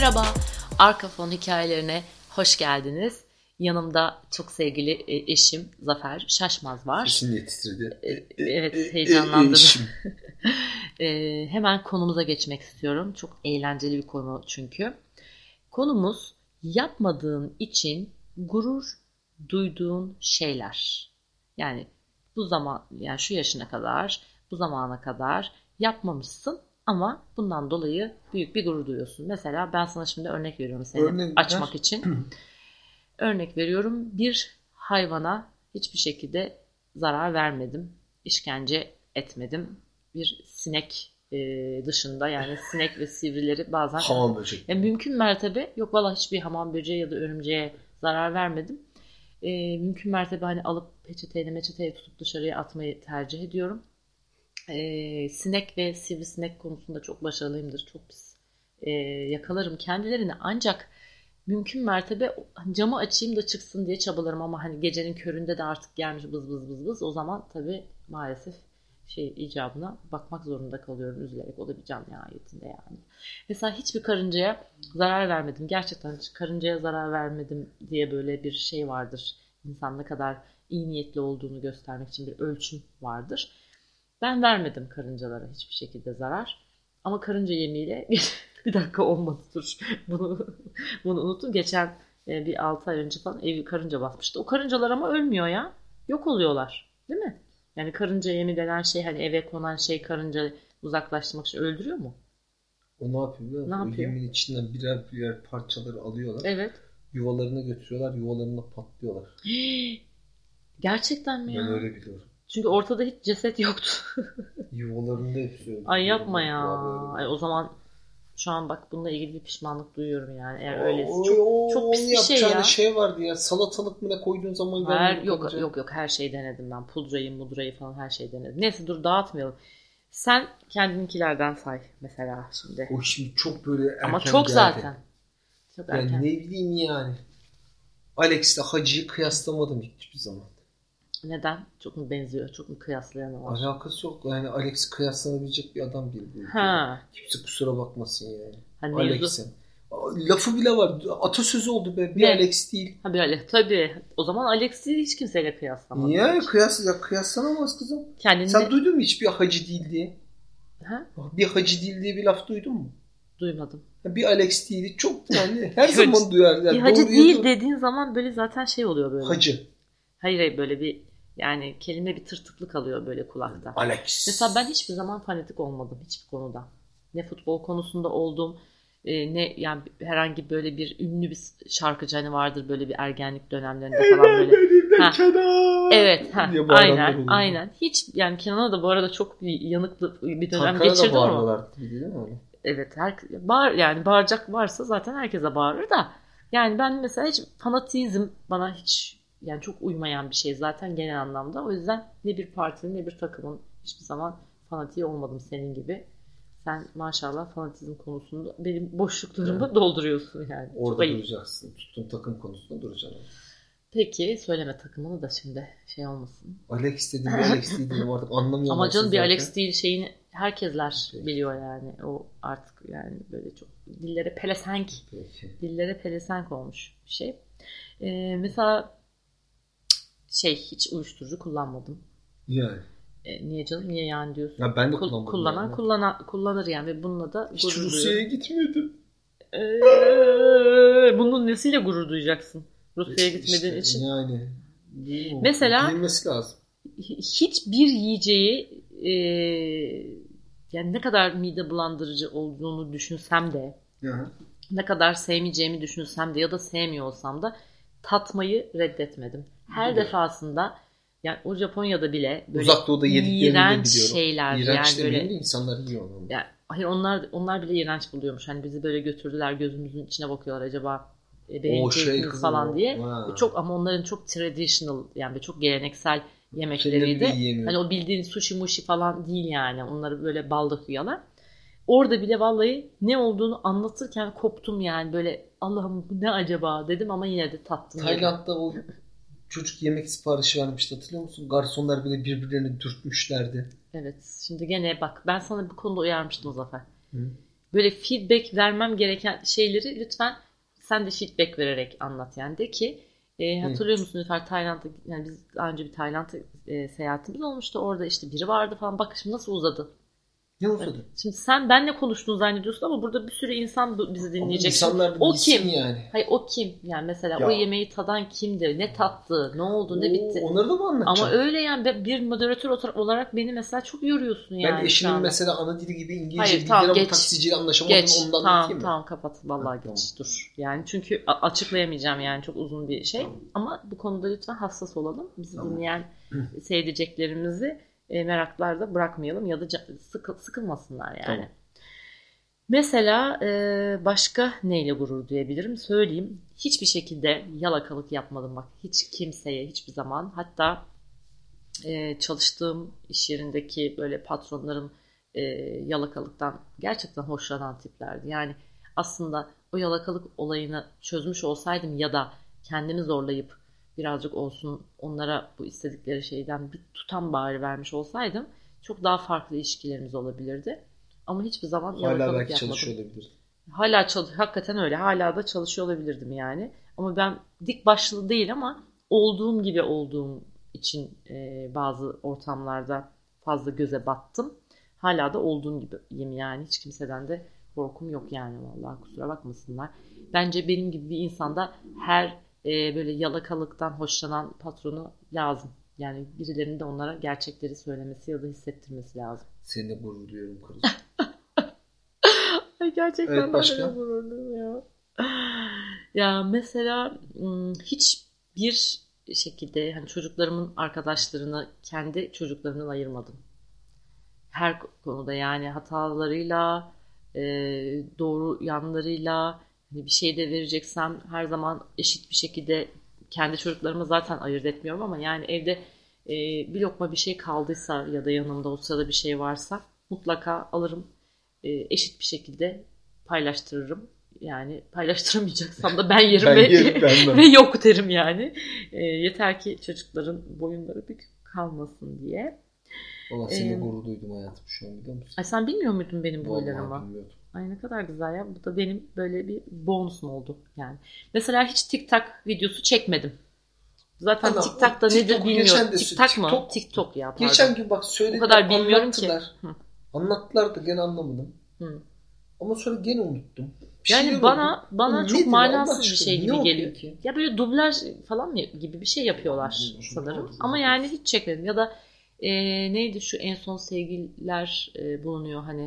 Merhaba, Arka Fon hikayelerine hoş geldiniz. Yanımda çok sevgili eşim Zafer Şaşmaz var. Sesim titredi. Evet, heyecanlandım. Hemen konumuza geçmek istiyorum. Çok eğlenceli bir konu çünkü. Konumuz yapmadığın için gurur duyduğun şeyler. Yani yani şu yaşına kadar, bu zamana kadar yapmamışsın ama bundan dolayı büyük bir gurur duyuyorsun. Mesela ben sana şimdi örnek veriyorum seni açmak için. Örnek veriyorum, bir hayvana hiçbir şekilde zarar vermedim, işkence etmedim. Bir sinek dışında, yani sinek ve sivrileri bazen hamam böcek. Yani mümkün mertebe yok valla hiçbir hamam böceği ya da örümceğe zarar vermedim. Mümkün mertebe hani alıp peçeteyle tutup dışarıya atmayı tercih ediyorum. Sinek ve sivrisinek konusunda çok başarılıyımdır. Çok pis yakalarım kendilerini, ancak mümkün mertebe camı açayım da çıksın diye çabalarım ama hani gecenin köründe de artık gelmiş bız, o zaman tabii maalesef icabına bakmak zorunda kalıyorum üzülerek. O da bir can nihayetinde yani. Mesela hiçbir karıncaya zarar vermedim. Gerçekten hiç karıncaya zarar vermedim diye böyle bir şey vardır. İnsan ne kadar iyi niyetli olduğunu göstermek için bir ölçüm vardır. Ben vermedim karıncalara hiçbir şekilde zarar. Ama karınca yemiyle bir dakika olmadı, dur. Bunu unuttum. Geçen bir 6 ay önce falan evi karınca basmıştı. O karıncalar ama ölmüyor ya. Yok oluyorlar. Değil mi? Yani karınca yemi denen şey, hani eve konan şey, karınca uzaklaştırmak için öldürüyor mu? O ne yapıyor? Ne yapıyor? O yemin içinden birer parçaları alıyorlar. Evet. Yuvalarına götürüyorlar. Yuvalarına patlıyorlar. Gerçekten mi ya? Ben öyle biliyorum. Çünkü ortada hiç ceset yoktu. Yuvalarında hepsi öldü. Ay yapma ya. Ay, o zaman şu an bak bununla ilgili bir pişmanlık duyuyorum yani. Eğer öyleyse çok pis bir şey ya. Şey vardı ya, salatalık mı ne koyduğun zaman yok her şeyi denedim ben. Pudrayı falan her şeyi denedim. Neyse dur, dağıtmayalım. Sen kendininkilerden say mesela şimdi. O şimdi çok böyle erken ama çok geldi. Zaten. Çok erken. Yani ne bileyim yani. Alex'le Hacı'yı kıyaslamadım hiçbir zaman. Neden? Çok mu benziyor? Çok mu kıyaslayan var? Alakası yok. Yani Alex kıyaslanabilecek bir adam değil. Kimse kusura bakmasın yani. Hani Alex'in. Lafı bile var. Atasözü oldu be. Bir Alex değil. Bir Alex. Tabii. O zaman Alex'i hiç kimseyle kıyaslamadım. Niye? Kıyaslanamaz kızım. Sen duydun mu hiç bir hacı değil diye? Ha? Bir hacı değil diye bir laf duydun mu? Duymadım. Bir Alex değil. Çok yani her zaman duyar. Yani bir hacı değil dediğin zaman böyle zaten şey oluyor böyle. Hacı. Hayır böyle bir, yani kelime bir tırtıklı kalıyor böyle kulakta. Alex. Mesela ben hiçbir zaman fanatik olmadım hiçbir konuda. Ne futbol konusunda oldum, ne yani herhangi böyle bir ünlü bir şarkıcı hani vardır böyle bir ergenlik dönemlerinde falan böyle. Evet, aynen. Hiç yani Kenan'a da bu arada çok bir yanıklı bir dönem geçirdim ama. Evet, yani bağıracak varsa zaten herkese bağırır da. Yani ben mesela hiç fanatizm bana hiç yani çok uymayan bir şey zaten genel anlamda. O yüzden ne bir partinin ne bir takımın hiçbir zaman fanatiği olmadım senin gibi. Sen maşallah fanatizm konusunda benim boşluklarımı dolduruyorsun yani. Orada duracaksın. Tuttuğun takım konusunda duracaksın. Peki söyleme takımını da şimdi şey olmasın. Alex dedim artık anlamıyorum. Ama canım bir Alex değil şeyini herkesler biliyor yani. O artık yani böyle çok dillere pelesenk olmuş bir şey. Mesela hiç uyuşturucu kullanmadım. Yani. Niye canım? Niye yani diyorsun? Ya ben de kullanmadım. Kullanır yani ve bununla da hiç Rusya'ya gitmedim. Bunun nesiyle gurur duyacaksın? Rusya'ya gitmediğin için. Yani. Mesela bilmesi lazım. Hiçbir yiyeceği yani ne kadar mide bulandırıcı olduğunu düşünsem de, ne kadar sevmeyeceğimi düşünsem de ya da sevmiyor olsam da tatmayı reddetmedim. Her defasında yani o Japonya'da bile böyle Uzak Doğu'da yediklerini de şeyler. İğrenç yani böyle insanlar yiyor onu. Yani, hayır onlar bile iğrenç buluyormuş. Hani bizi böyle götürdüler, gözümüzün içine bakıyorlar acaba beğeneceksiniz falan diye. Çok ama onların çok traditional yani çok geleneksel yemekleriydi. Hani o bildiğin sushi mushi falan değil yani. Onları böyle balda kıyıyorlar. Orada bile vallahi ne olduğunu anlatırken koptum yani böyle Allah'ım bu ne acaba dedim ama yine de tattım. Tayland'da o çocuk yemek siparişi vermişti, hatırlıyor musun? Garsonlar bile birbirlerini dürtmüşlerdi. Evet. Şimdi gene bak ben sana bu konuda uyarmıştım Zafer. böyle feedback vermem gereken şeyleri lütfen sen de feedback vererek anlat yani. De ki hatırlıyor musun Nilüfer, Tayland'a, yani biz daha önce bir Tayland seyahatimiz olmuştu. Orada işte biri vardı falan. Bak şimdi nasıl uzadı. Ne uzadı? Şimdi sen benle konuştuğunu zannediyorsun ama burada bir sürü insan bizi dinleyecek. İnsanlar o kim? Yani. Hayır, o kim? Yani mesela o yemeği tadan kimdi? Ne tattı? Ne oldu? Ne bitti? Onları da mı anlatacağım? Ama öyle yani bir moderatör olarak beni mesela çok yoruyorsun yani. Ben eşimin mesela ana dili gibi İngilizce hayır, tamam, ama taksiciyle anlaşamadım, ondan anlatayım mı? Tamam kapat. Vallahi geç. Dur. Yani çünkü açıklayamayacağım yani, çok uzun bir şey. Ama bu konuda lütfen hassas olalım. Bizi dinleyen seyredeceklerimizi meraklarda bırakmayalım ya da sıkılmasınlar yani. Tamam. Mesela başka neyle gurur duyabilirim? Söyleyeyim. Hiçbir şekilde yalakalık yapmadım bak. Hiç kimseye hiçbir zaman. Hatta çalıştığım iş yerindeki böyle patronlarım yalakalıktan gerçekten hoşlanan tiplerdi. Yani aslında o yalakalık olayını çözmüş olsaydım ya da kendimi zorlayıp birazcık olsun onlara bu istedikleri şeyden bir tutam bari vermiş olsaydım çok daha farklı ilişkilerimiz olabilirdi. Ama hiçbir zaman yalakalık yapmadım. Hala belki çalışıyor olabilir. Hakikaten öyle. Hala da çalışıyor olabilirdim yani. Ama ben dik başlı değil ama olduğum gibi olduğum için bazı ortamlarda fazla göze battım. Hala da olduğum gibiyim yani. Hiç kimseden de korkum yok yani, vallahi kusura bakmasınlar. Bence benim gibi bir insanda her böyle yalakalıktan hoşlanan patronu lazım. Yani birilerinin de onlara gerçekleri söylemesi ya da hissettirmesi lazım. Seninle gurur duyuyorum kızım. Ay gerçekten evet, başka? Gururluyum ya. Ya mesela hiçbir şekilde hani çocuklarımın arkadaşlarını kendi çocuklarımdan ayırmadım. Her konuda yani hatalarıyla, doğru yanlarıyla, hani bir şey de vereceksem her zaman eşit bir şekilde kendi çocuklarımı zaten ayırt etmiyorum ama yani evde bir lokma bir şey kaldıysa ya da yanımda o sırada bir şey varsa mutlaka alırım. Eşit bir şekilde paylaştırırım. Yani paylaştıramayacaksam da ben yerim ve yok derim yani. Yeter ki çocukların boyunları bükük kalmasın diye. Valla seninle gurur duydum hayatım şu an, biliyor musun? Ay sen bilmiyor muydun benim boylarımı? Vallahi bilmiyordum. Ay ne kadar güzel ya. Bu da benim böyle bir bonusum oldu yani. Mesela hiç TikTok videosu çekmedim. Zaten TikTok'ta nedir bilmiyorum. TikTok mu? TikTok ya pardon. Geçen gün bak söylediler. O kadar bilmiyorum ki. Anlattılar da gene anlamadım. Ama sonra gene unuttum. Yani bana çok manasız bir şey gibi geliyor. Ki? Ya böyle dublaj falan gibi bir şey yapıyorlar sanırım. Ama yani hiç çekmedim. Ya da neydi şu en son sevgililer bulunuyor hani.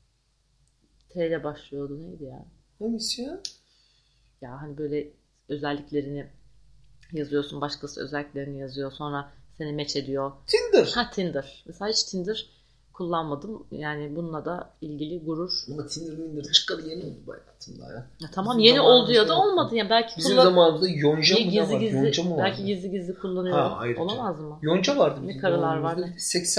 T ile başlıyordu, neydi ya? Hangisi ya? Ya hani böyle özelliklerini yazıyorsun, başkası özelliklerini yazıyor, sonra seni match ediyor. Tinder. Mesela hiç Tinder kullanmadım. Yani bununla da ilgili gurur. Ama Tinder çıkalı yeni oldu bu hayatımda ya. Tamam bizim yeni oldu ya da olmadı ya. Belki bizim zamanımızda Yonca mı gizli, var? Yonca mı vardı? Belki gizli kullanıyor. Olamaz mı? Yonca vardı. Ne karılar var ne?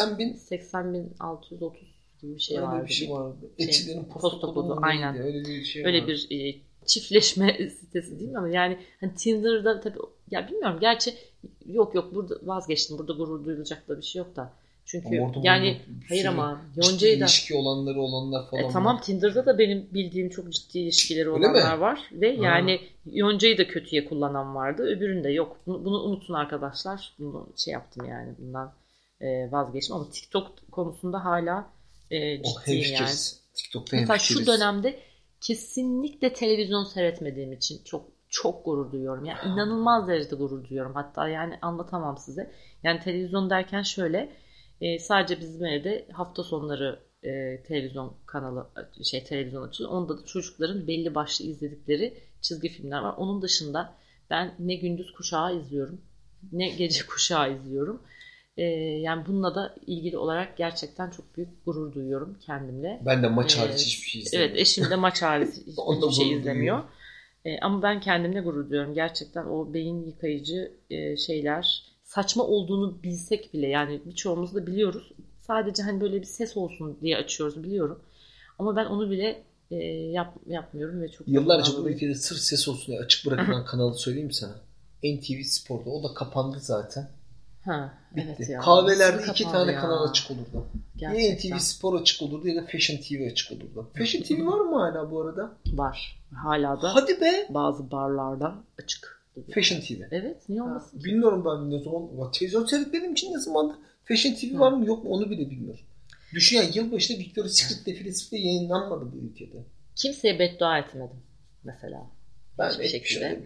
80.630 gibi bir şey vardı. Bir şey vardı. Etilerin posta kodu aynen. Öyle bir şey öyle bir çiftleşme sitesi değil mi? Ama yani hani Tinder'da tabii ya bilmiyorum. Gerçi yok burada vazgeçtim. Burada gurur duyulacak da bir şey yok da. Çünkü yani hayır ama Yonca'yı da ilişki olanlar falan. Tamam Tinder'da da benim bildiğim çok ciddi ilişkileri olanlar var ve yani Yonca'yı da kötüye kullanan vardı. Öbüründe yok. Bunu unutun arkadaşlar. Bunu yaptım yani bundan vazgeçtim ama TikTok konusunda hala ciddiyim yani. TikTok'ta mesela şu dönemde kesinlikle televizyon seyretmediğim için çok gurur duyuyorum. Yani inanılmaz derecede gurur duyuyorum. Hatta yani anlatamam size. Yani televizyon derken şöyle sadece bizim evde hafta sonları televizyon kanalı televizyon açılıyor. Onda da çocukların belli başlı izledikleri çizgi filmler var. Onun dışında ben ne gündüz kuşağı izliyorum ne gece kuşağı izliyorum. Yani bununla da ilgili olarak gerçekten çok büyük gurur duyuyorum kendimle. Ben de maç hariç hiçbir şey izlemiyorum. Evet, eşim de maç hariç hiçbir şey izlemiyor. Ama ben kendimle gurur duyuyorum. Gerçekten o beyin yıkayıcı şeyler saçma olduğunu bilsek bile yani birçoğumuz da biliyoruz. Sadece hani böyle bir ses olsun diye açıyoruz biliyorum. Ama ben onu bile yapmıyorum ve çok yıllarca bu ülkede sırf ses olsun diye açık bırakılan kanalı söyleyeyim mi sana? NTV Spor'da. O da kapandı zaten. Ha, Bitti. evet ya. Kahvelerde Nasıl 2 kapandı tane ya? kanal açık olurdu. Ya Gerçekten. NTV Spor açık olurdu ya da Fashion TV açık olurdu. Fashion TV var mı hala bu arada? Var. Hala da Hadi be. bazı barlarda açık. Fashion TV. Evet, niye olmasın ki? Bilmiyorum ben ne zaman. Televizyon seyretmediğim için ne zamandır Fashion TV var mı yok mu onu bile bilmiyorum. Düşün ya yılbaşında Victoria's Secret defilesi bile yayınlanmadı bu ülkede. Kimseye beddua etmedim mesela. Ben Hiçbir şekilde.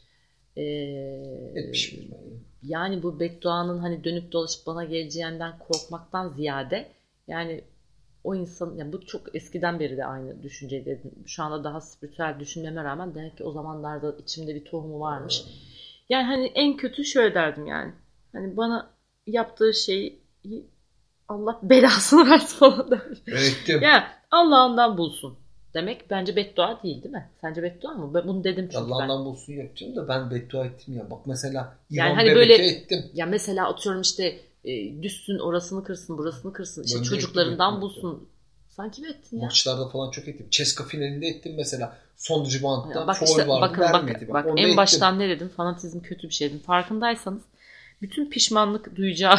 Etmişim ben. Yani bu bedduanın hani dönüp dolaşıp bana geleceğinden korkmaktan ziyade yani o insan, yani bu çok eskiden beri de aynı düşünceydi. Şu anda daha spiritüel düşünmeme rağmen demek ki o zamanlarda içimde bir tohumu varmış. Yani hani en kötü şöyle derdim yani. Hani bana yaptığı şeyi Allah belasını versin falan derdim. Ettim. Yani Allah ondan bulsun demek bence beddua değil mi? Sence beddua mı? Ben bunu dedim çünkü Allah'ından bulsun yapacağım da ben beddua ettim ya. Bak mesela yani İvan hani Bebek'e böyle, ettim. ya mesela atıyorum işte düşsün orasını kırsın burasını kırsın. İşte Ben de çocuklarından ettim. bulsun. Sanki mi ettin ya? Maçlarda falan çok ettim. Ceska finalinde ettim mesela. Son reboundda Bak foul işte, vardı vermedi. bak en ettim. baştan ne dedim? Fanatizm kötü bir şey dedim. Farkındaysanız bütün pişmanlık duyacağı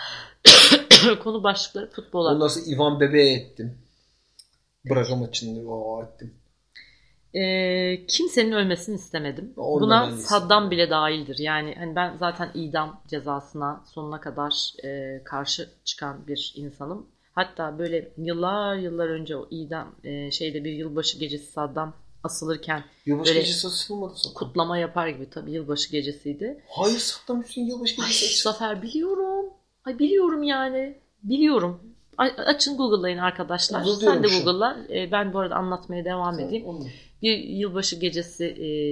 konu başlıkları futbola. Ondan sonra İvan Bebek'e ettim. Braga maçında ettim. Kimsenin ölmesini istemedim. Ondan Buna Saddam bile dahildir. Yani hani ben zaten idam cezasına sonuna kadar karşı çıkan bir insanım. Hatta böyle yıllar önce o idam bir yılbaşı gecesi Saddam asılırken yılbaşı gecesi asılmadı Saddam. Kutlama yapar gibi, tabii yılbaşı gecesiydi. Hayır, Saddam Hüseyin yılbaşı gecesi. Zafer biliyorum. Biliyorum yani. Biliyorum. Açın Google'layın arkadaşlar. Sen de Google'la. Ben bu arada anlatmaya devam edeyim. Bir yılbaşı gecesi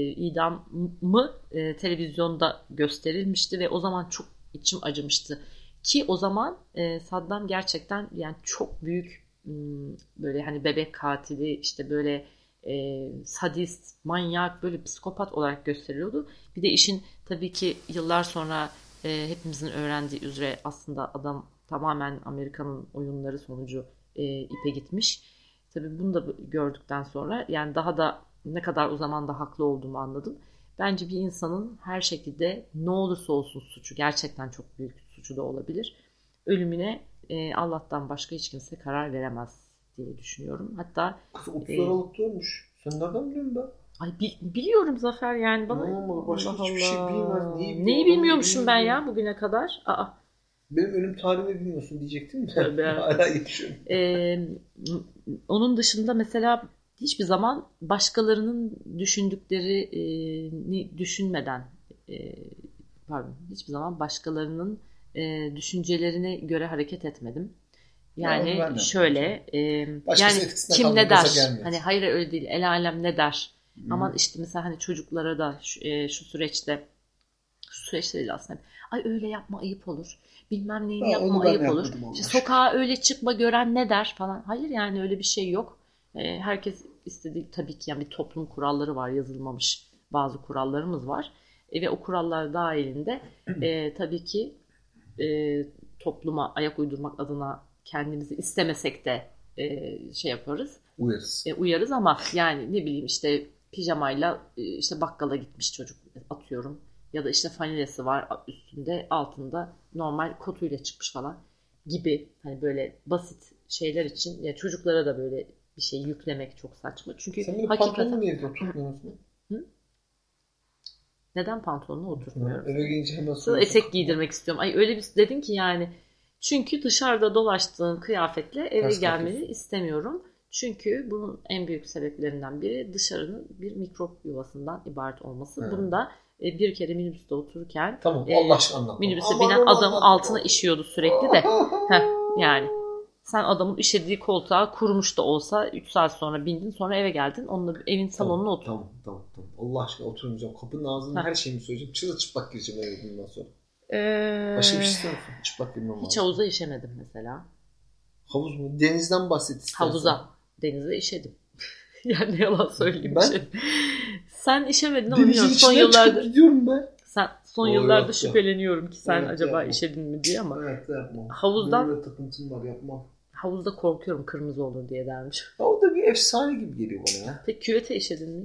idamı televizyonda gösterilmişti ve o zaman çok içim acımıştı. Ki o zaman Saddam gerçekten yani çok büyük böyle hani bebek katili, işte böyle sadist, manyak, böyle psikopat olarak gösteriliyordu. Bir de işin tabii ki yıllar sonra hepimizin öğrendiği üzere aslında adam tamamen Amerika'nın oyunları sonucu ipe gitmiş. Tabii bunu da gördükten sonra yani daha da ne kadar o zaman da haklı olduğumu anladım. Bence bir insanın her şekilde ne olursa olsun suçu, gerçekten çok büyük suçu da olabilir, ölümüne Allah'tan başka hiç kimse karar veremez diye düşünüyorum. Hatta 30 Aralık'ta ölmüş. Sen nereden biliyorsun ben? Biliyorum Zafer, yani bana başka hiçbir şey bilmez. Neyi bilmiyormuşum ben ya bugüne kadar? Benim ölüm tarihimi bilmiyorsun diyecektim de. Hala yetişiyorum. Onun dışında mesela hiçbir zaman başkalarının düşündüklerini düşünmeden hiçbir zaman başkalarının düşüncelerine göre hareket etmedim. Yani şöyle yani kim ne der? Hani hayır öyle değil. El alem ne der? Ama işte mesela hani çocuklara da şu süreçte değil aslında. Ay öyle yapma, ayıp olur. Bilmem neyini yapma, ayıp olur. İşte sokağa öyle çıkma, gören ne der falan. Hayır, yani öyle bir şey yok. Herkes istediği, tabii ki yani bir toplum kuralları var, yazılmamış bazı kurallarımız var. Ve o kurallar dahilinde tabii ki topluma ayak uydurmak adına kendimizi istemesek de yaparız. Uyarız ama yani ne bileyim işte pijamayla işte bakkala gitmiş çocuk atıyorum. Ya da işte fanilesi var üstünde, altında normal kotuyla çıkmış falan gibi, hani böyle basit şeyler için ya çocuklara da böyle bir şey yüklemek çok saçma. Çünkü sen pantolonu niye oturtmuyorsun? Neden pantolonunu oturtmuyorum? Eve gelince hemen etek giydirmek istiyorum. Ay öyle bir dedin ki yani. Çünkü dışarıda dolaştığın kıyafetle eve gelmeni istemiyorum. Çünkü bunun en büyük sebeplerinden biri dışarının bir mikrop yuvasından ibaret olması. Bunu da bir kere minibüste otururken Allah aşkına anlatma. Minibüse binen adamın altına işiyordu sürekli de. Yani sen adamın işediği koltuğa kurumuş da olsa 3 saat sonra bindin, sonra eve geldin. Onunla evin salonuna otur. Tamam. Allah aşkına oturmayacağım. Kapının ağzından her şeyimi söyleyeceğim. Çırılçıplak gireceğim eve bundan sonra. Başka bir şey istiyor musun? Çıplak girmem lazım. Hiç havuza işemedim mesela. Havuz mu? Denizden bahset istersen. Havuza. Denize işedim. Yani ne yalan söyleyeyim. Sen işemedin ama bilmiyorum. Son yıllarda gidiyorum ben. Son yıllarda şüpheleniyorum ki sen acaba yapma. İşedin mi diye ama. Evet, yapmam. Havuzdan benim takıntım var, yapmam. Havuzda korkuyorum kırmızı olur diye dermiş. Ya o da bir efsane gibi geliyor bana ya. Peki küvete işedin mi?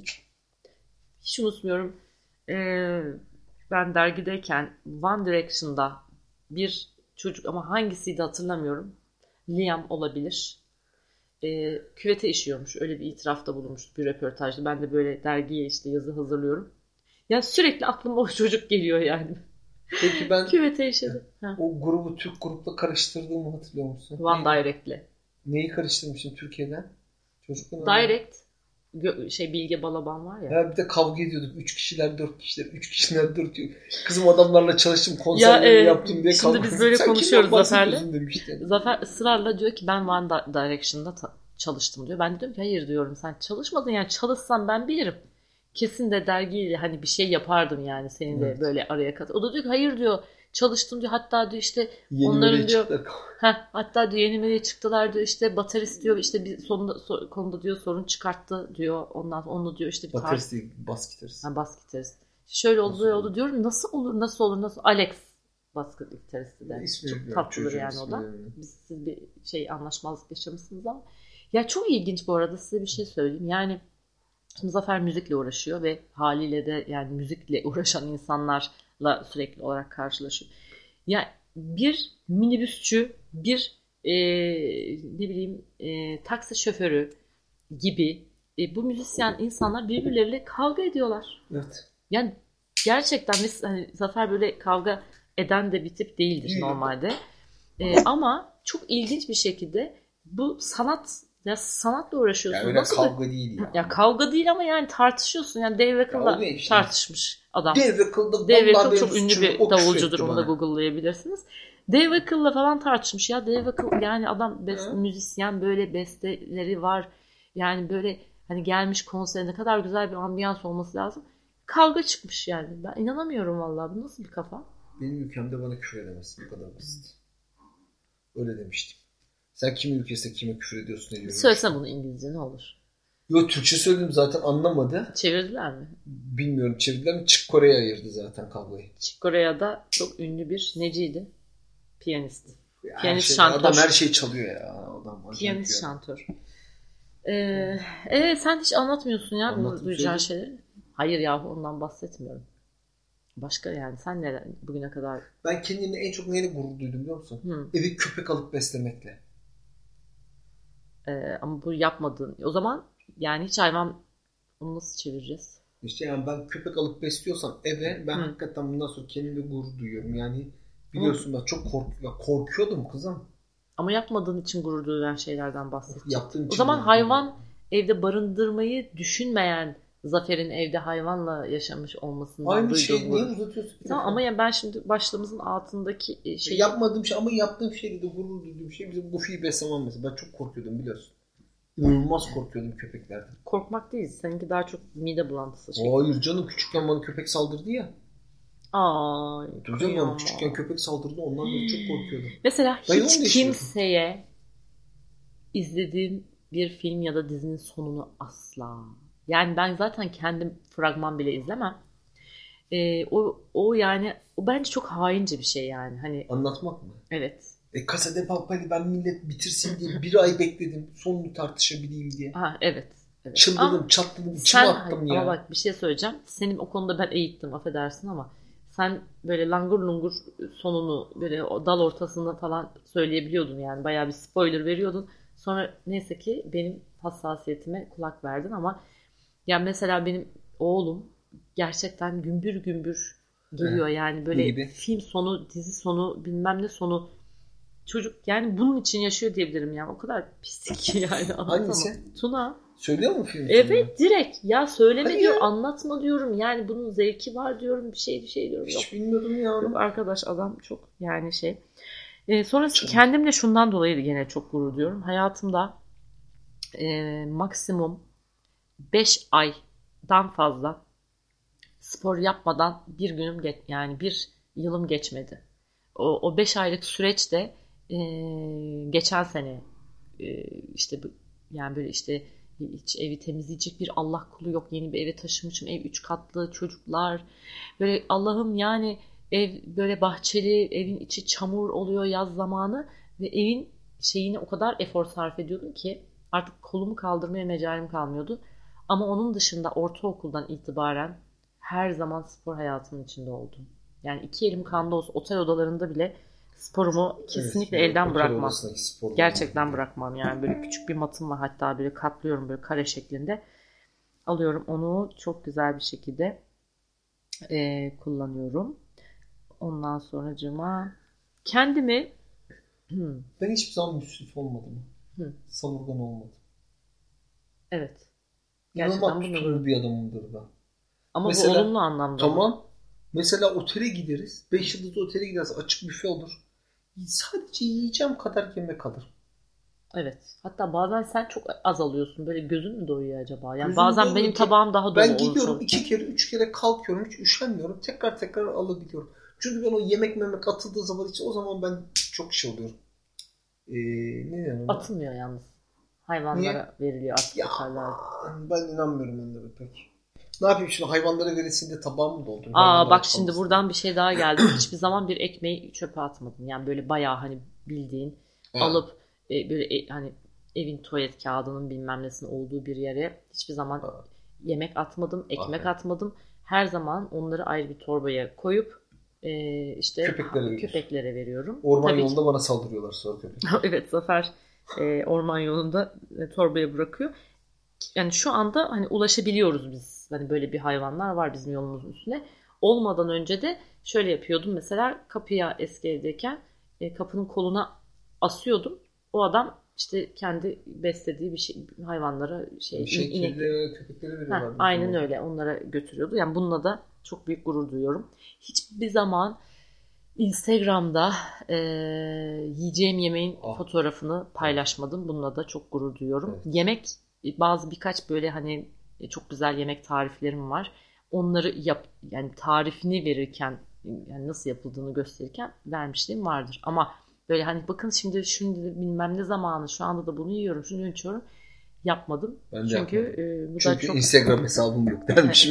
Hiç unutmuyorum. Ben dergideyken One Direction'da bir çocuk ama hangisiydi hatırlamıyorum. Liam olabilir. Küvete işiyormuş. Öyle bir itirafta bulunmuştu bir röportajda. Ben de böyle dergiye işte yazı hazırlıyorum. Ya sürekli aklıma o çocuk geliyor yani. Peki ben küvete işedi. O grubu Türk grupla karıştırdığımı hatırlıyor musun? One Direct'le. Neyi karıştırmıştım Türkiye'den? Direct Bilge Balaban var ya. Ya bir de kavga ediyorduk. 3 kişiler 4 kişiler. 3 kişiler 4 kişiler. Kızım adamlarla çalıştım. Konserleri yaptım diye kavga. Şimdi biz böyle konuşuyoruz Zafer'le. Demişti. Zafer ısrarla diyor ki ben One Direction'da çalıştım diyor. Ben de diyorum ki hayır diyorum, sen çalışmadın yani, çalışsan ben bilirim. Kesin de dergiyle hani bir şey yapardım yani senin de böyle araya kat. O da diyor ki hayır diyor, çalıştım diyor, hatta diyor işte yeni onların diyor hatta diyor yeni meleğe çıktılar diyor, işte baterist diyor işte bir konuda diyor sorun çıkarttı diyor, ondan onu diyor işte baterist değil, bas gitarist. Bas gitarist. Şöyle oldu böyle oldu diyorum, nasıl olur Alex bas gitaristi de. Çok tatlıdır yani o da. Siz bir şey anlaşmazlık yaşamışsınız ama. Ya çok ilginç bu arada, size bir şey söyleyeyim. Yani şimdi Zafer müzikle uğraşıyor ve haliyle de yani müzikle uğraşan insanlarla sürekli olarak karşılaşıyor. Yani bir minibüsçü, bir taksi şoförü gibi bu müzisyen insanlar birbirleriyle kavga ediyorlar. Evet. Yani gerçekten hani Zafer böyle kavga eden de bir tip değildir normalde. Ama çok ilginç bir şekilde bu sanatla uğraşıyorsun. Yani öyle nasıl kavga değil ya. Ya kavga değil ama yani tartışıyorsun. Yani Dave Weckl işte tartışmış adam. Dave Weckl çok ünlü bir davulcudur. Onu da Google'layabilirsiniz. Dave Weck'la falan tartışmış. Ya Dave Weckl yani adam müzisyen, böyle besteleri var. Yani böyle hani gelmiş konsere ne kadar güzel bir ambiyans olması lazım. Kavga çıkmış yani. Ben inanamıyorum vallahi. Bu nasıl bir kafa? Benim ülkemde bana küfür edemezsin. Bu kadar basit. Öyle demiştim. Sen kimin ülkesinde kime küfür ediyorsun ne diyorum. Söylesene bunu İngilizce ne olur. Yo, Türkçe söyledim zaten, anlamadı. Çevirdiler mi? Bilmiyorum, çevirdiler mi? Çık Kore'ye ayırdı zaten kavgayı. Çık Kore'de çok ünlü bir neciydi? Piyanist. Piyanist şantör. Adam her şeyi çalıyor ya. Adam piyanist şantör. Sen hiç anlatmıyorsun ya bu duyacağın şeyleri. Hayır yahu, ondan bahsetmiyorum. Başka yani sen neler bugüne kadar? Ben kendimle en çok neyle gurur duydum biliyor musun? Eve köpek alıp beslemekle. Ama bu yapmadın. O zaman yani hiç hayvan, onu nasıl çevireceğiz? İşte yani ben köpek alıp besliyorsam eve, ben hakikaten bundan sonra kendimle gurur duyuyorum. Yani biliyorsun ben çok korkuyordum kızım. Ama yapmadığın için gurur duyulan şeylerden bahsedeceğim. O zaman yani hayvan evde barındırmayı düşünmeyen Zafer'in evde hayvanla yaşamış olmasından aynı şey niye uzatıyorsun? Tamam ama yani ben şimdi başlığımızın altındaki şey yapmadığım şey ama yaptığım şeyde de gurur duyduğum şey bizim Goofy'yi beslemem mesela. Ben çok korkuyordum biliyorsun. İnanılmaz korkuyordum köpeklerden. Korkmak değil. Seninki daha çok mide bulantısı. Hayır canım, küçükken bana köpek saldırdı ya. Ay. Tabii canım, küçükken köpek saldırdı, ondan beri çok korkuyordum. Mesela hiç kimseye izlediğim bir film ya da dizinin sonunu asla. Yani ben zaten kendim fragman bile izlemem. O yani o bence çok haince bir şey yani. Hani anlatmak mı? Evet. Casa de Papel'i ben millet bitirsin diye bir ay bekledim. Sonunu tartışabileyim diye. Evet. Çıldırdım, çatladım, içime attım ya. Ama bak bir şey söyleyeceğim. Senin o konuda ben eğittim, affedersin ama sen böyle langur lungur sonunu böyle o dal ortasında falan söyleyebiliyordun yani. Bayağı bir spoiler veriyordun. Sonra neyse ki benim hassasiyetime kulak verdin ama yani mesela benim oğlum gerçekten gümbür gümbür geliyor yani böyle film sonu, dizi sonu, bilmem ne sonu. Çocuk yani bunun için yaşıyor diyebilirim yani. O kadar pislik ki yani. Hangisi? Tuna. Söylüyor mu film? Evet, direkt. Ya söyleme diyor, anlatma diyorum. Yani bunun zevki var diyorum. Bir şey diyorum. Hiç bilmiyordum ya. Yok arkadaş, adam çok yani şey. Sonra kendimle şundan dolayı gene çok gurur duyuyorum. Hayatımda maksimum 5 aydan fazla spor yapmadan bir günüm yani bir yılım geçmedi. O 5 aylık süreçte geçen sene işte yani böyle işte hiç evi temizleyecek bir Allah kulu yok. Yeni bir eve taşımışım. Ev 3 katlı, çocuklar. Böyle Allah'ım yani ev böyle bahçeli, evin içi çamur oluyor yaz zamanı ve evin şeyine o kadar efor sarf ediyordum ki artık kolumu kaldırmaya mecalim kalmıyordu. Ama onun dışında ortaokuldan itibaren her zaman spor hayatımın içinde oldum. Yani 2 elim kanda olsa otel odalarında bile Sporumu kesinlikle Evet, elden otel bırakmam. odasındaki sporlar. Gerçekten bırakmam yani. Böyle küçük bir matım var, hatta böyle katlıyorum, böyle kare şeklinde. Alıyorum onu, çok güzel bir şekilde kullanıyorum. Ondan sonracığıma kendimi Ben hiçbir zaman müsrif olmadım. Hı. Savurgan olmadım. Evet. İnanılmaz Gerçekten bunu tutumlu bir adamımdır ben. ama Mesela, bu olumlu anlamda. Tamam. Mesela otele gideriz. 5 yıldızlı otele gideriz. Açık büfe olur. Sadece yiyeceğim kadar yemek alır. Evet. Hatta bazen sen çok az alıyorsun. Böyle gözün mü doyuyor acaba? Yani Gözüm bazen doyuyor benim ki tabağım daha dolu ben olmuş gidiyorum oluyor. 2 kere 3 kere kalkıyorum. Hiç üşenmiyorum. Tekrar alabiliyorum. Çünkü ben o yemek atıldığı zaman o zaman ben çok şey oluyorum. Ne diyorum? Atılmıyor yalnız. Hayvanlara veriliyor artık Ya oteller. ben inanmıyorum onlara pek. Ne yapayım şimdi, hayvanlara verilsin de tabağımı doldurayım. Bak şimdi buradan bir şey daha geldi. Hiçbir zaman bir ekmeği çöpe atmadım. Yani böyle bayağı hani bildiğin alıp böyle hani evin tuvalet kağıdının bilmem nesinin olduğu bir yere hiçbir zaman yemek atmadım, ekmek atmadım. Her zaman onları ayrı bir torbaya koyup işte köpeklere veriyorum. Orman yolunda bana saldırıyorlar sonra köpekler. Evet, Zafer orman yolunda torbaya bırakıyor. Yani şu anda hani ulaşabiliyoruz biz. Hani böyle bir hayvanlar var bizim yolumuzun üstüne. Olmadan önce de şöyle yapıyordum. Mesela kapıya, eski evdeyken kapının koluna asıyordum. O adam işte kendi beslediği bir şey, hayvanlara köpeklere veriyorlar. Aynen öyle. Onlara götürüyordu. Yani bununla da çok büyük gurur duyuyorum. Hiçbir zaman Instagram'da yiyeceğim yemeğin fotoğrafını paylaşmadım. Bununla da çok gurur duyuyorum. Evet. Yemek, birkaç böyle hani çok güzel yemek tariflerim var. Onları yani tarifini verirken, yani nasıl yapıldığını gösterirken vermişliğim vardır. Ama böyle hani bakın şimdi bilmem ne zamanı, şu anda da bunu yiyorum, şunu içiyorum, yapmadım. Çünkü bu da çok Instagram hesabım yok dermişim.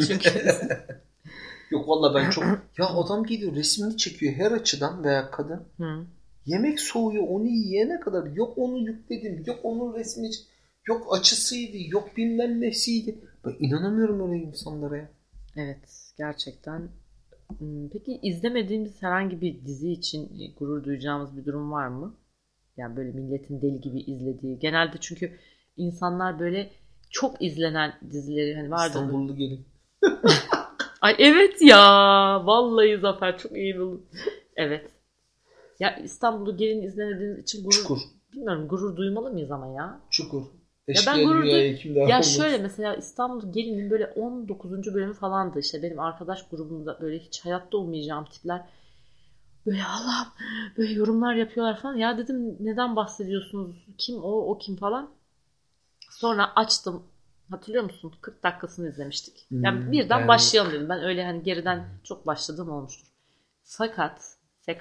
Yok valla ben çok... Ya adam gidiyor resmini çekiyor her açıdan veya kadın. Yemek soğuyor onu yiyene kadar. Yok onu yükledim. Yok onun resmi... Yok açısıydı. Yok bilmem nesiydi. Ben inanamıyorum öyle insanlara ya. Evet gerçekten. Peki izlemediğimiz herhangi bir dizi için gurur duyacağımız bir durum var mı? Yani böyle milletin deli gibi izlediği. Genelde çünkü insanlar böyle çok izlenen dizileri hani vardı. İstanbullu Gelin. Ay evet ya. Vallahi Zafer çok iyi buldun. Evet. Ya İstanbul'u Gelin izlemediğiniz için bilmiyorum, gurur duymalı mıyız ama ya? Çukur. Ya şöyle mesela İstanbul Gelin'in böyle 19. bölümü falandı, işte benim arkadaş grubumda böyle hiç hayatta olmayacağım tipler böyle Allah'ım böyle yorumlar yapıyorlar falan. Ya dedim neden bahsediyorsunuz? Kim o kim falan. Sonra açtım. Hatırlıyor musun? 40 dakikasını izlemiştik. Yani birden başlayalım dedim. Ben öyle hani geriden çok başladığım olmuştur. Fakat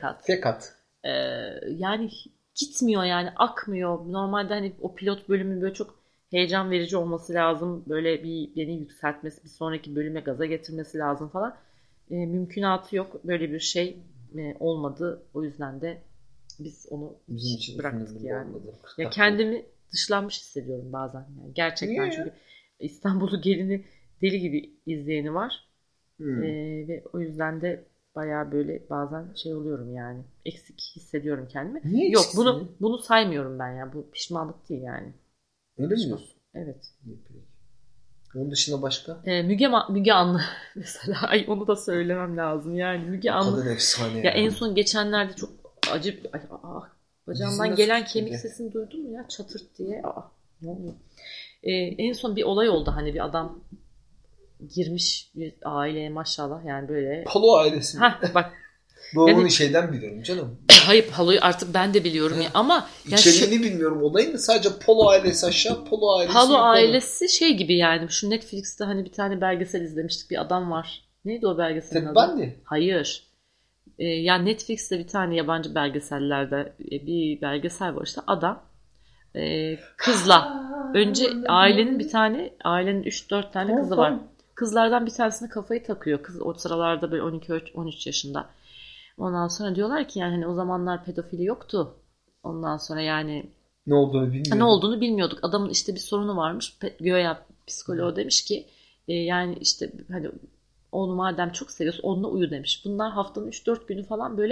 yani gitmiyor, yani akmıyor. Normalde hani o pilot bölümün böyle çok heyecan verici olması lazım. Böyle beni yükseltmesi, bir sonraki bölüme gaza getirmesi lazım falan. Mümkünatı yok. Böyle bir şey olmadı. O yüzden de biz onu bıraktık yani. Ya kendimi dışlanmış hissediyorum bazen. Yani gerçekten. Çünkü İstanbul'u Gelin'i deli gibi izleyeni var. Ve o yüzden de bayağı böyle bazen şey oluyorum yani. Eksik hissediyorum kendimi. Niye yok bunu saymıyorum ben ya. Bu pişmanlık değil yani. Öyle mi diyorsun? Evet. Onun dışında başka? Müge Anlı mesela. Ay onu da söylemem lazım yani. Müge Anlı. Kadın efsane ya. En son geçenlerde çok acı bacağımdan gelen kemik sesini duydun mu ya? Çatırt diye. Ne oluyor? En son bir olay oldu. Hani bir adam girmiş bir aileye maşallah yani böyle. Palo ailesi. Bak. Doğru şeyden biliyorum canım. Hayır Palo'yu artık ben de biliyorum ya ama. İçeriğini bilmiyorum olayını, sadece Palo ailesi aşağı, Palo ailesi yukarı. Palo ailesi şey gibi yani. Şu Netflix'te hani bir tane belgesel izlemiştik. Bir adam var. Neydi o belgeselin adı? Bandi. Hayır. Yani Netflix'te bir tane yabancı belgesellerde bir belgesel var işte. Adam kızla. Önce ailenin 3-4 tane kızı var. Kızlardan bir tanesine kafayı takıyor. Kız o sıralarda böyle 12-13 yaşında. Ondan sonra diyorlar ki yani hani o zamanlar pedofili yoktu. Ondan sonra yani ne olduğunu bilmiyorduk. Adamın işte bir sorunu varmış. Göya psikoloğu demiş ki yani işte hani onu madem çok seviyorsun onunla uyu demiş. Bunlar haftanın 3-4 günü falan böyle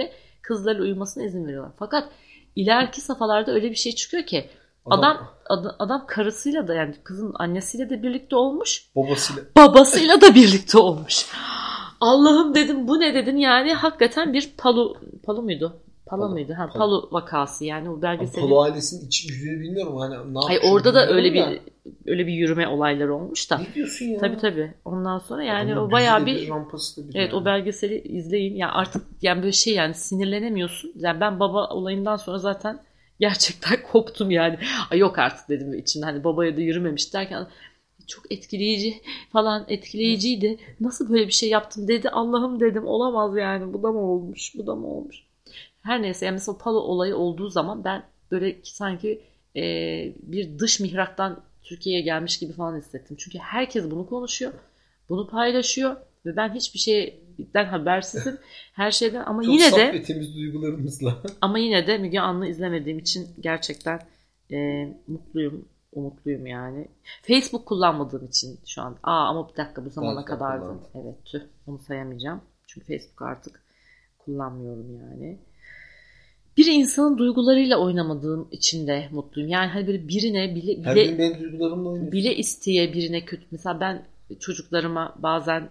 kızlarla uyumasına izin veriyorlar. Fakat ileriki safhalarda öyle bir şey çıkıyor ki adam karısıyla da yani kızın annesiyle de birlikte olmuş. Babasıyla da birlikte olmuş. Allah'ım dedim, bu ne dedim yani, hakikaten bir Palu muydu? Palu vakası yani o belgeseli. Palu ailesinin iç yüzünü bilmiyorum hani. Hayır, orada da öyle bir yürüme olayları olmuş da. Ne diyorsun ya? Tabii. Ondan sonra yani o bayağı bir evet yani. O belgeseli izleyin. Yani artık yani böyle şey yani sinirlenemiyorsun. Yani ben baba olayından sonra zaten gerçekten koptum yani. Ay yok artık dedim içimde, hani babaya da yürümemiş derken çok etkileyiciydi. Nasıl böyle bir şey yaptım dedi. Allah'ım dedim, olamaz yani. Bu da mı olmuş? Her neyse yani mesela Palu olayı olduğu zaman ben böyle sanki bir dış mihraktan Türkiye'ye gelmiş gibi falan hissettim. Çünkü herkes bunu konuşuyor. Bunu paylaşıyor ve ben hiçbir şeyden habersizim. Her şeyden ama çok yine de saf ve temiz duygularımızla. Ama yine de Müge Anlı izlemediğim için gerçekten umutluyum yani. Facebook kullanmadığım için şu an. Ama bir dakika, bu zamana kadardı. Evet, tüh, onu sayamayacağım. Çünkü Facebook artık kullanmıyorum yani. Bir insanın duygularıyla oynamadığım için de mutluyum. Yani hani böyle birine bile isteye birine kötü. Mesela ben çocuklarıma bazen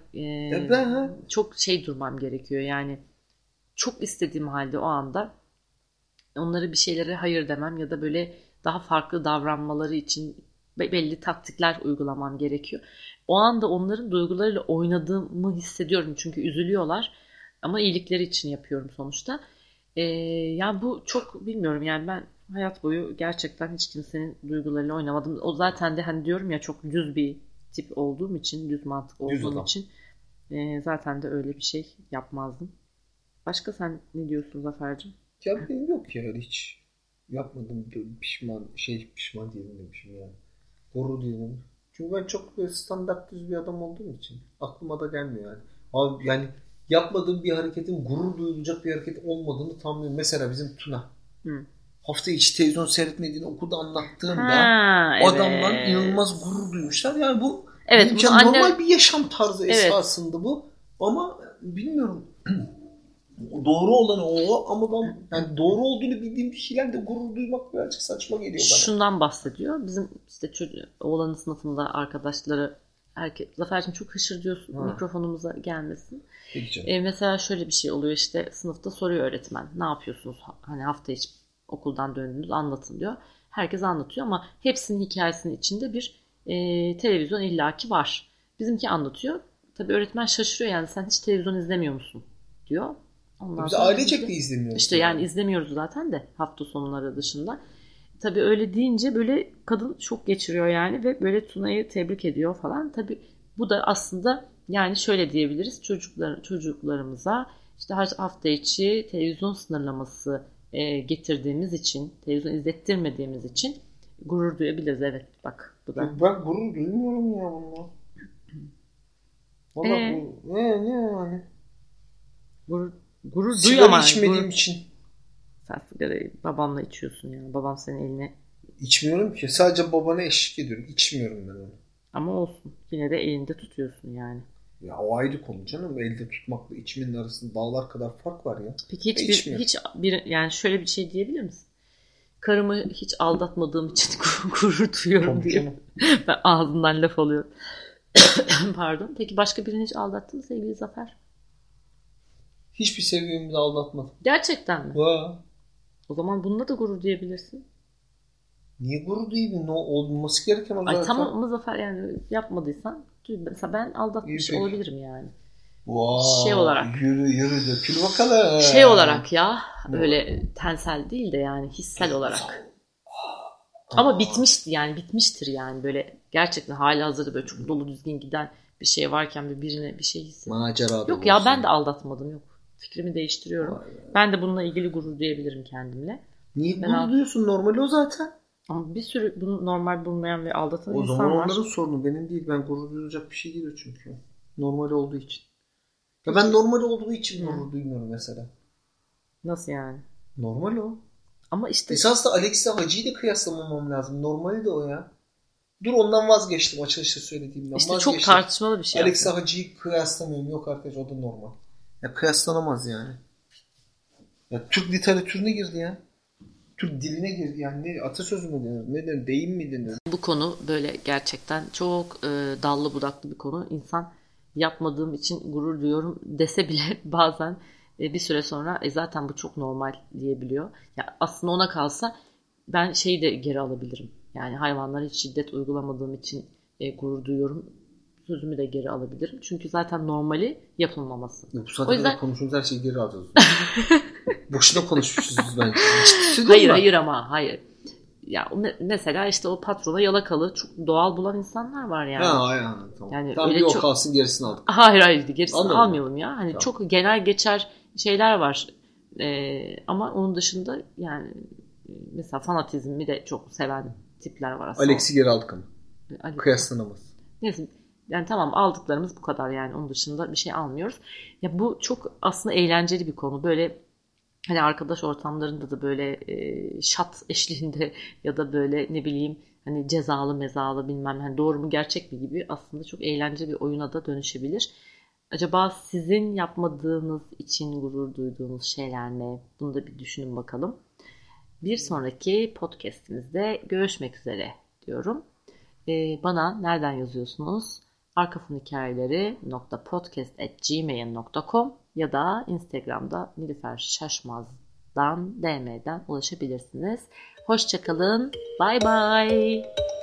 çok durmam gerekiyor. Yani çok istediğim halde o anda onlara bir şeylere hayır demem ya da böyle daha farklı davranmaları için belli taktikler uygulamam gerekiyor. O anda onların duygularıyla oynadığımı hissediyorum. Çünkü üzülüyorlar. Ama iyilikleri için yapıyorum sonuçta. Yani bu çok bilmiyorum yani, ben hayat boyu gerçekten hiç kimsenin duygularıyla oynamadım. O zaten de hani diyorum ya, çok düz bir tip olduğum için, düz mantık olduğum için zaten de öyle bir şey yapmazdım. Başka sen ne diyorsun Zafer'cim? Ya benim yok ya, hiç yapmadım, pişman diyelim demişim yani. Gurur diyelim. Çünkü ben çok böyle standart düz bir adam olduğum için aklıma da gelmiyor yani. Abi yani yapmadığım bir hareketin gurur duyulacak bir hareket olmadığını tam bilmiyorum. Mesela bizim Tuna. Hafta içi televizyon seyretmediğini okulda anlattığımda adamlar inanılmaz gurur duymuşlar. Yani bu benim için normal bir yaşam tarzı esasında bu. Ama bilmiyorum. Doğru olan o, ama ben yani doğru olduğunu bildiğim bir şeylerde gurur duymak birazcık saçma geliyor bana. Şundan bahsediyor. Bizim işte oğlanın sınıfında arkadaşları, Zafer'cim çok hışır diyorsun, mikrofonumuza gelmesin. Mesela şöyle bir şey oluyor, işte sınıfta soruyor öğretmen. Ne yapıyorsunuz? Hani hafta içi okuldan döndünüz, anlatın diyor. Herkes anlatıyor ama hepsinin hikayesinin içinde bir televizyon illaki var. Bizimki anlatıyor. Tabii öğretmen şaşırıyor, yani sen hiç televizyon izlemiyor musun diyor. Biz ailecek de izlemiyoruz. İşte yani izlemiyoruz zaten de hafta sonları dışında. Tabii öyle deyince böyle kadın şok geçiriyor yani ve böyle Tuna'yı tebrik ediyor falan. Tabii bu da aslında yani şöyle diyebiliriz, çocuklarımıza işte her hafta içi televizyon sınırlaması getirdiğimiz için, televizyon izlettirmediğimiz için gurur duyabiliriz. Evet, bak bu da. Ben gurur duymuyorum ya bununla. Vallahi ne yani? Gurur sigara içmediğim için. Sen sigarayı babanla içiyorsun yani. Babam senin eline. İçmiyorum ki. Sadece babana eşlik ediyorum. İçmiyorum ben onu. Ama olsun. Yine de elinde tutuyorsun yani. Ya o ayrı konu canım. Elde tutmakla içmenin arasında dağlar kadar fark var ya. Peki hiç yani şöyle bir şey diyebilir misin? Karımı hiç aldatmadığım için gurur duyuyorum diye. Ben ağzından laf alıyorum. Pardon. Peki başka birini hiç aldattın mı sevgili Zafer? Hiçbir sevgilimi de aldatmadım. Gerçekten mi? O zaman bununla da gurur diyebilirsin. Niye gurur duyayım? Olması gereken o zaten. Ay tamam ama Zafer, yani yapmadıysan mesela ben aldatmış olabilirim yani. Şey olarak. Yürü dökül bakalım. Şey olarak ya, öyle tensel değil de yani hissel olarak. Ama bitmiştir yani, böyle gerçekten halihazırda böyle çok dolu düzgün giden bir şey varken birine bir şey hissediyorum. Macera yok ya, ben de aldatmadım, yok. Fikrimi değiştiriyorum. Ben de bununla ilgili gurur duyabilirim kendimle. Niye gurur duyuyorsun? Normal o zaten. Ama bir sürü bunu normal bulmayan ve aldatan insan var. O zaman onların sorunu, benim değil. Ben gurur duyacak bir şey değil o çünkü. Normal olduğu için. Ya ben normal olduğu için gurur duymuyorum mesela. Nasıl yani? Normal o. Ama işte esas da Alexia Hacı'yı da kıyaslamamam lazım. Normali de o ya. Dur, ondan vazgeçtim açıkça söylediğimden. İşte çok tartışmalı bir şey. Alexia Hacı'yı kıyaslamıyorum. Yok arkadaş, o da normal. Ya kıyaslanamaz yani. Ya, Türk literatürüne girdi ya. Türk diline girdi. Yani ne, atasözü mü denir? Ne denir? Deyim mi denir? Bu konu böyle gerçekten çok dallı budaklı bir konu. İnsan yapmadığım için gurur duyuyorum dese bile bazen bir süre sonra zaten bu çok normal diyebiliyor. Ya aslında ona kalsa ben şeyi de geri alabilirim. Yani hayvanlara hiç şiddet uygulamadığım için gurur duyuyorum. Sözümü de geri alabilirim. Çünkü zaten normali yapılmaması. Bu saatte yüzden... konuştuğumuz her şeyi geri alacağız. Boşuna konuşmuşuz bence. Hayır ama hayır. Ya mesela işte o patrona yalakalı çok doğal bulan insanlar var yani. Ha, tamam. Yani tam öyle bir o çok... kalsın gerisini aldık. Hayır gerisini Anladım. almayalım ya. Hani tamam. Çok genel geçer şeyler var. Ama onun dışında yani mesela fanatizmi de çok seven tipler var aslında. Alex'i geri aldık ama. Kıyaslanamaz. Neyse yani tamam aldıklarımız bu kadar yani onun dışında bir şey almıyoruz. Ya bu çok aslında eğlenceli bir konu. Böyle hani arkadaş ortamlarında da böyle şat eşliğinde ya da böyle ne bileyim hani cezalı mezalı bilmem hani doğru mu gerçek mi gibi aslında çok eğlenceli bir oyuna da dönüşebilir. Acaba sizin yapmadığınız için gurur duyduğunuz şeyler ne? Bunu da bir düşünün bakalım. Bir sonraki podcastimizde görüşmek üzere diyorum. Bana nereden yazıyorsunuz? arkafonhikayeleri.podcast@gmail.com ya da Instagram'da Nilüfer Şaşmaz'dan DM'den ulaşabilirsiniz. Hoşça kalın. Bye bye.